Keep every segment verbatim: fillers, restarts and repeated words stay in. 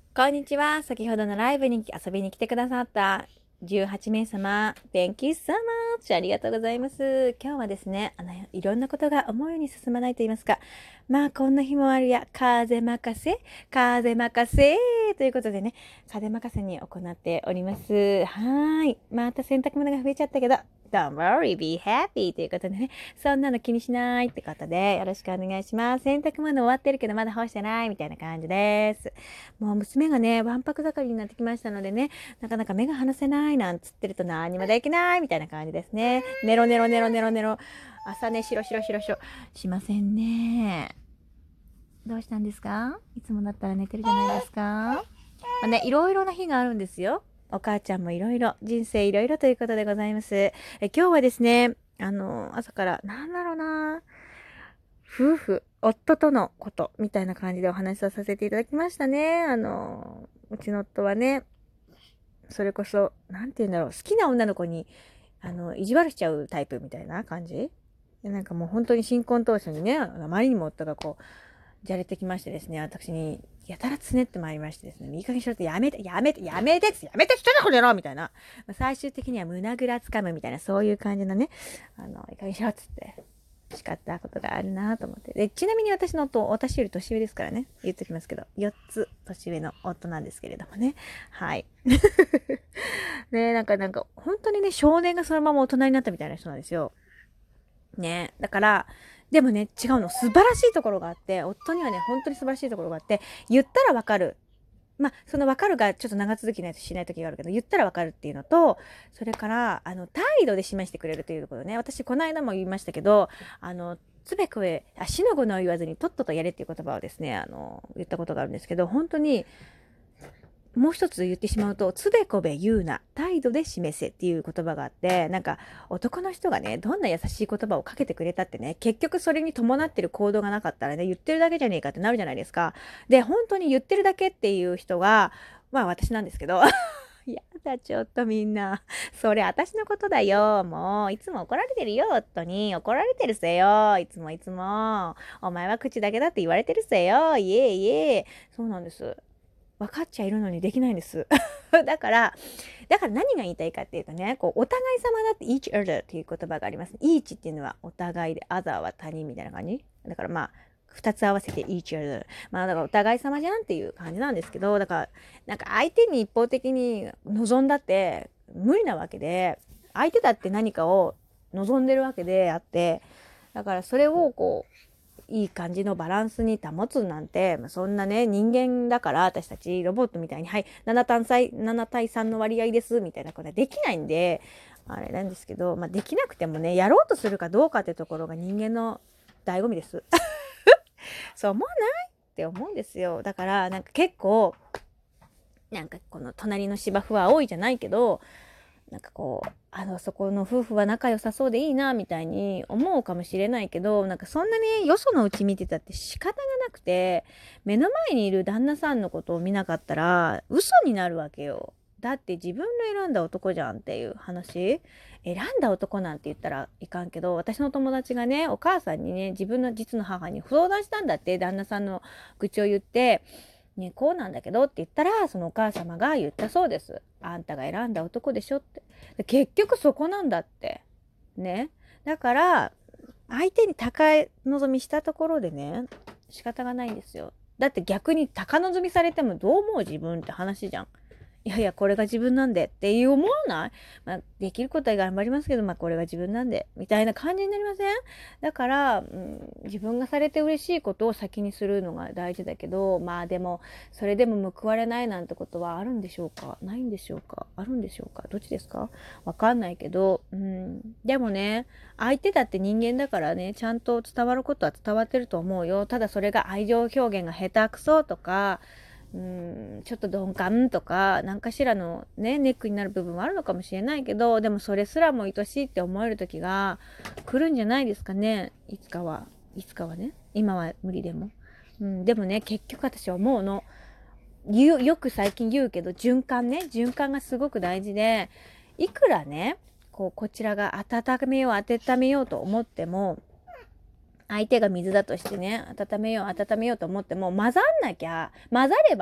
こんにちは。先ほどのライブに遊びに来てくださったじゅうはちめいさま、Thank you so much! ありがとうございます。今日はですね、あの、いろんなことが思うように進まないと言いますか、まあ、こんな日もあるや、風任せ、風任せということでね、風任せに行っております。はーい。また洗濯物が増えちゃったけど、Don't worry, be happy ということでね、そんなの気にしないってことで、よろしくお願いします。洗濯物終わってるけどまだ干してないみたいな感じです。もう娘がね、わんぱく盛りになってきましたのでね、なかなか目が離せないなんつってると何もできないみたいな感じですね。ネロネロネロネロネロ。朝ね、しろしろしろしろ。しませんね。どうしたんですか？いつもだったら寝てるじゃないですか。まあね、いろいろな日があるんですよ。お母ちゃんもいろいろ、人生いろいろということでございます。え今日はですね、あの、朝から、なんだろうな、夫婦、夫とのことみたいな感じでお話をさせていただきましたね。あの、うちの夫はね、それこそ、なんて言うんだろう、好きな女の子に、あの、意地悪しちゃうタイプみたいな感じで、なんかもう本当に新婚当初にね、あまりにも夫がこう、じゃれてきましてですね、私に、やたらつねってまいりましてですね、いい加減にしろってやめて、やめて、やめて、やめて、人だこの野郎みたいな。最終的には胸ぐらつかむみたいな、そういう感じのね、あの、いい加減にしろっつって、叱ったことがあるなと思って。で、ちなみに私の夫、私より年上ですからね。言っときますけど、よっつ年上の夫なんですけれどもね。はい。ねなんかなんか、本当にね、少年がそのまま大人になったみたいな人なんですよ。ねだから、でもね、違うの。素晴らしいところがあって、夫にはね、本当に素晴らしいところがあって、言ったらわかる。まあ、その分かるがちょっと長続きないとしない時があるけど、言ったら分かるっていうのと、それから、あの、態度で示してくれるというところね。私、この間も言いましたけど、あの、つべこべ、あ、しのごのを言わずに、とっととやれっていう言葉をですね、あの、言ったことがあるんですけど、本当に、もう一つ言ってしまうと、つべこべ言うな、態度で示せっていう言葉があって、なんか男の人がね、どんな優しい言葉をかけてくれたってね、結局それに伴ってる行動がなかったらね、言ってるだけじゃねえかってなるじゃないですか。で、本当に言ってるだけっていう人が、まあ私なんですけど、やだ、ちょっとみんな。それ私のことだよ。もう、いつも怒られてるよ、夫に。怒られてるせよ。いつもいつも。お前は口だけだって言われてるせよ。いえいえ。そうなんです。分かっちゃいるのにできないんです。だから、だから何が言いたいかっていうとね、こう、お互い様だって each other っていう言葉があります。each っていうのはお互いで、other は他人みたいな感じ。だからまあ、二つ合わせて each other。まあだからお互い様じゃんっていう感じなんですけど、だから、なんか相手に一方的に望んだって無理なわけで、相手だって何かを望んでるわけであって、だからそれをこう、いい感じのバランスに保つなんて、まあ、そんなね、人間だから私たちロボットみたいに、はい、なな単細、なな対さんの割合です、みたいなことはできないんで、あれなんですけど、まあ、できなくてもね、やろうとするかどうかってところが人間の醍醐味です。そう思わないって思うんですよ。だから、なんか結構、なんかこの隣の芝生は多いじゃないけど、なんかこう、あの、そこの夫婦は仲良さそうでいいな、みたいに思うかもしれないけど、なんかそんなによそのうち見てたって仕方がなくて、目の前にいる旦那さんのことを見なかったら、嘘になるわけよ。だって自分の選んだ男じゃんっていう話。選んだ男なんて言ったらいかんけど、私の友達がね、お母さんにね、自分の実の母に相談したんだって、旦那さんの愚痴を言って、ね、こうなんだけどって言ったら、そのお母様が言ったそうです。あんたが選んだ男でしょって。結局そこなんだって。ね。だから、相手に高い望みしたところでね、仕方がないんですよ。だって逆に高望みされてもどう思う自分って話じゃん。いやいや、これが自分なんでっていう思わない？まあ、できることは頑張りますけど、まあ、これが自分なんで、みたいな感じになりません？だから、うん、自分がされて嬉しいことを先にするのが大事だけど、まあでも、それでも報われないなんてことはあるんでしょうか？ないんでしょうか？あるんでしょうか？どっちですか？わかんないけど、うん、でもね、相手だって人間だからね、ちゃんと伝わることは伝わってると思うよ。ただそれが愛情表現が下手くそとか、うん、ちょっと鈍感とか、何かしらのね、ネックになる部分はあるのかもしれないけど、でもそれすらも愛しいって思える時が来るんじゃないですかね。いつかは。いつかはね。今は無理でも。うん、でもね、結局私は思うの。言う、よく最近言うけど、循環ね。循環がすごく大事で、いくらね、こう、こちらが温めよう、温めようと思っても、相手が水だとしてね、温めよう、温めようと思っても、混ざんなきゃ、混ざれば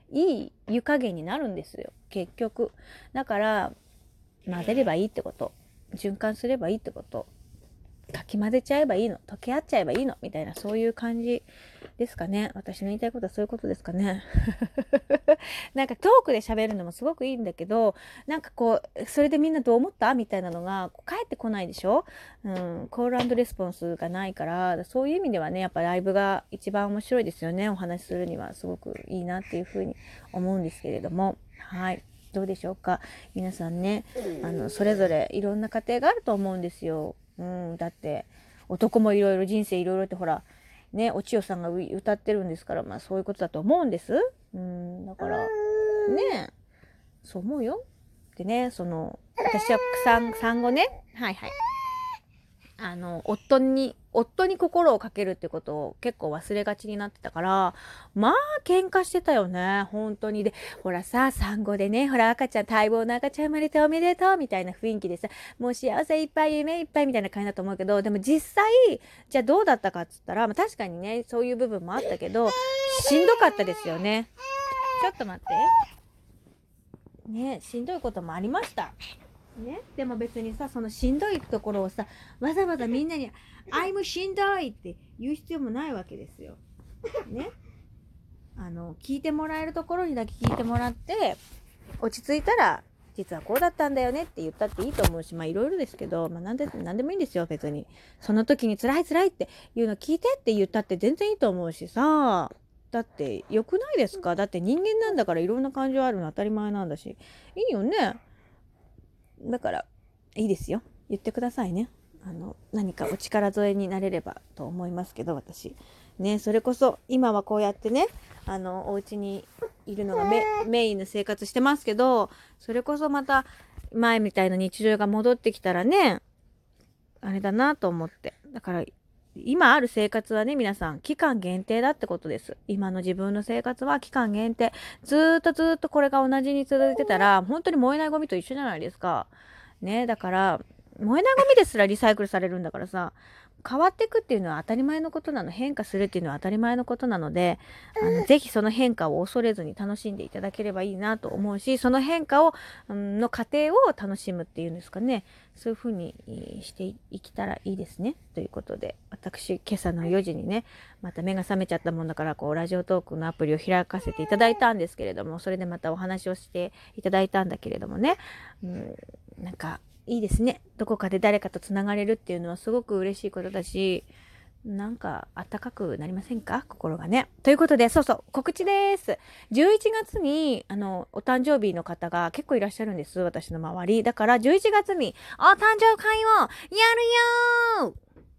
いい湯加減になるんですよ結局。だから混ぜればいいってこと、循環すればいいってこと、かき混ぜちゃえばいいの、溶け合っちゃえばいいのみたいな、そういう感じですかね。私の言いたいことはそういうことですかね。なんかトークで喋るのもすごくいいんだけど、なんかこうそれでみんなどう思ったみたいなのが返ってこないでしょ、うん、コール&レスポンスがないから、そういう意味ではねやっぱライブが一番面白いですよね。お話しするにはすごくいいなっていうふうに思うんですけれども、はい、どうでしょうか皆さんね。あのそれぞれいろんな家庭があると思うんですよ。うん、だって男もいろいろ人生いろいろってほらね、お千代さんが歌ってるんですから、まあそういうことだと思うんです。うん、だからね、そう思うよ。でね、その私は産産後ね、はいはい、あの夫に夫に心をかけるってことを結構忘れがちになってたから、まあ喧嘩してたよね本当に。でほらさ、産後でね、ほら赤ちゃん、待望の赤ちゃん生まれておめでとうみたいな雰囲気でさ、もう幸せいっぱい夢いっぱいみたいな感じだと思うけど、でも実際じゃあどうだったかっつったら、まあ、確かにねそういう部分もあったけどしんどかったですよね。ちょっと待ってね、しんどいこともありましたね。でも別にさ、そのしんどいところをさ、わざわざみんなに「あいもしんどい」って言う必要もないわけですよ。ね。あの聞いてもらえるところにだけ聞いてもらって、落ち着いたら実はこうだったんだよねって言ったっていいと思うし、まあいろいろですけど、まあなんで何でもいいんですよ別に。その時に辛い辛いっていうの聞いてって言ったって全然いいと思うしさ。だって良くないですか？だって人間なんだからいろんな感情あるの当たり前なんだし、いいよね。だからいいですよ、言ってくださいね。あの何かお力添えになれればと思いますけど、私ね、それこそ今はこうやってね、あのお家にいるのが メ, メインの生活してますけど、それこそまた前みたいな日常が戻ってきたらね、あれだなと思って。だから今ある生活はね、皆さん期間限定だってことです。今の自分の生活は期間限定。ずーっとずーっとこれが同じに続いてたら本当に燃えないゴミと一緒じゃないですかね。だから燃えないゴミですらリサイクルされるんだからさ、変わっていくっていうのは当たり前のことなの、変化するっていうのは当たり前のことなので、あのぜひその変化を恐れずに楽しんでいただければいいなと思うし、その変化を、うん、の過程を楽しむっていうんですかね、そういう風にしていけたらいいですねということで、私今朝のよじにねまた目が覚めちゃったもんだから、こうラジオトークのアプリを開かせていただいたんですけれども、それでまたお話をしていただいたんだけれどもね、うん、なんかいいですね。どこかで誰かとつながれるっていうのはすごく嬉しいことだし、なんかあったかくなりませんか、心がね。ということで、そうそう告知です。じゅういちがつにあのお誕生日の方が結構いらっしゃるんです、私の周り。だからじゅういちがつにお誕生会をやるよ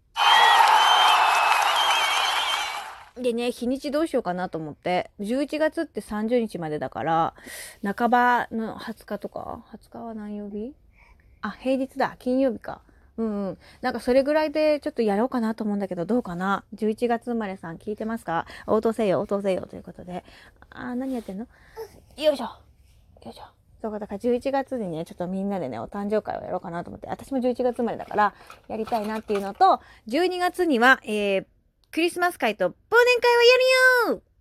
ーでね、日にちどうしようかなと思って、じゅういちがつってさんじゅうにちまでだから、半ばのはつかとか、はつかは何曜日？あ、平日だ。金曜日か。うんうん。なんかそれぐらいでちょっとやろうかなと思うんだけど、どうかな？ じゅういち 月生まれさん聞いてますか？応答せよ、応答せよということで。あー、何やってんの？よいしょ。よいしょ。そうか、だからじゅういちがつにね、ちょっとみんなでね、お誕生会をやろうかなと思って、私もじゅういちがつ生まれだから、やりたいなっていうのと、じゅうにがつには、えー、クリスマス会と忘年会をやるよ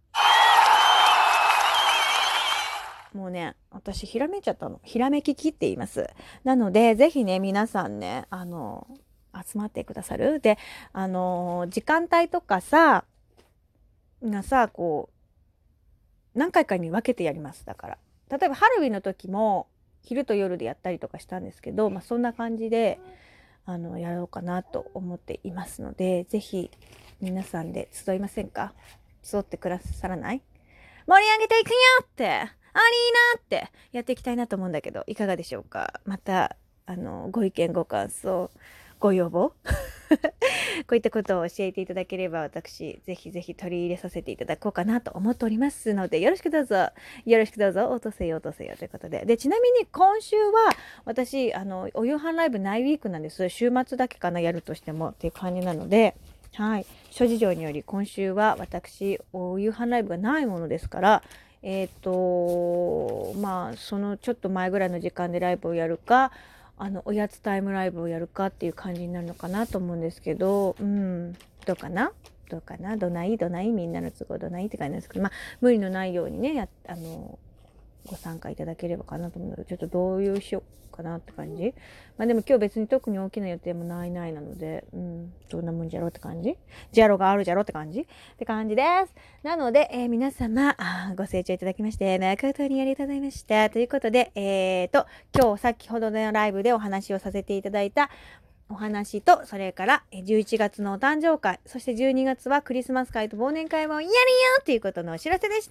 もうね、私ひらめいちゃったの。ひらめききって言います。なので、ぜひね、皆さんね、あの、集まってくださる。で、あの、時間帯とかさ、がさ、こう、何回かに分けてやります。だから。例えば、ハロウィンの時も、昼と夜でやったりとかしたんですけど、まあ、そんな感じで、あの、やろうかなと思っていますので、ぜひ、皆さんで集いませんか？集ってくださらない？盛り上げていくよってアリーナってやっていきたいなと思うんだけど、いかがでしょうか？またあのご意見ご感想ご要望こういったことを教えていただければ、私ぜひぜひ取り入れさせていただこうかなと思っておりますので、よろしくどうぞよろしくどうぞ、応答せよ応答せよということで。でちなみに今週は私あのお夕飯ライブないウィークなんです。週末だけかな、やるとしてもっていう感じなので、はい、諸事情により今週は私お夕飯ライブがないものですから、えっとまあそのちょっと前ぐらいの時間でライブをやるか、あのおやつタイムライブをやるかっていう感じになるのかなと思うんですけど、うん、どうかな。 どうかな、どないどないみんなの都合どないって感じなんですけど、まあ無理のないようにね、やあのご参加いただければかなと思うので、ちょっとどういうしようかなって感じ。まあでも今日別に特に大きな予定もないないなので、うん、どんなもんじゃろうって感じ。じゃろがあるじゃろって感じって感じです。なので、えー、皆様あご清聴いただきまして誠にありがとうございました。ということで、えーと、今日先ほどのライブでお話をさせていただいたお話と、それからじゅういちがつのお誕生会、そしてじゅうにがつはクリスマス会と忘年会もやるよっていうことのお知らせでした。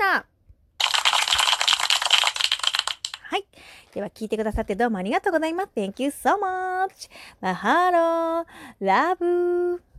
はい。では聞いてくださってどうもありがとうございます。Thank you so much. Mahalo. Love.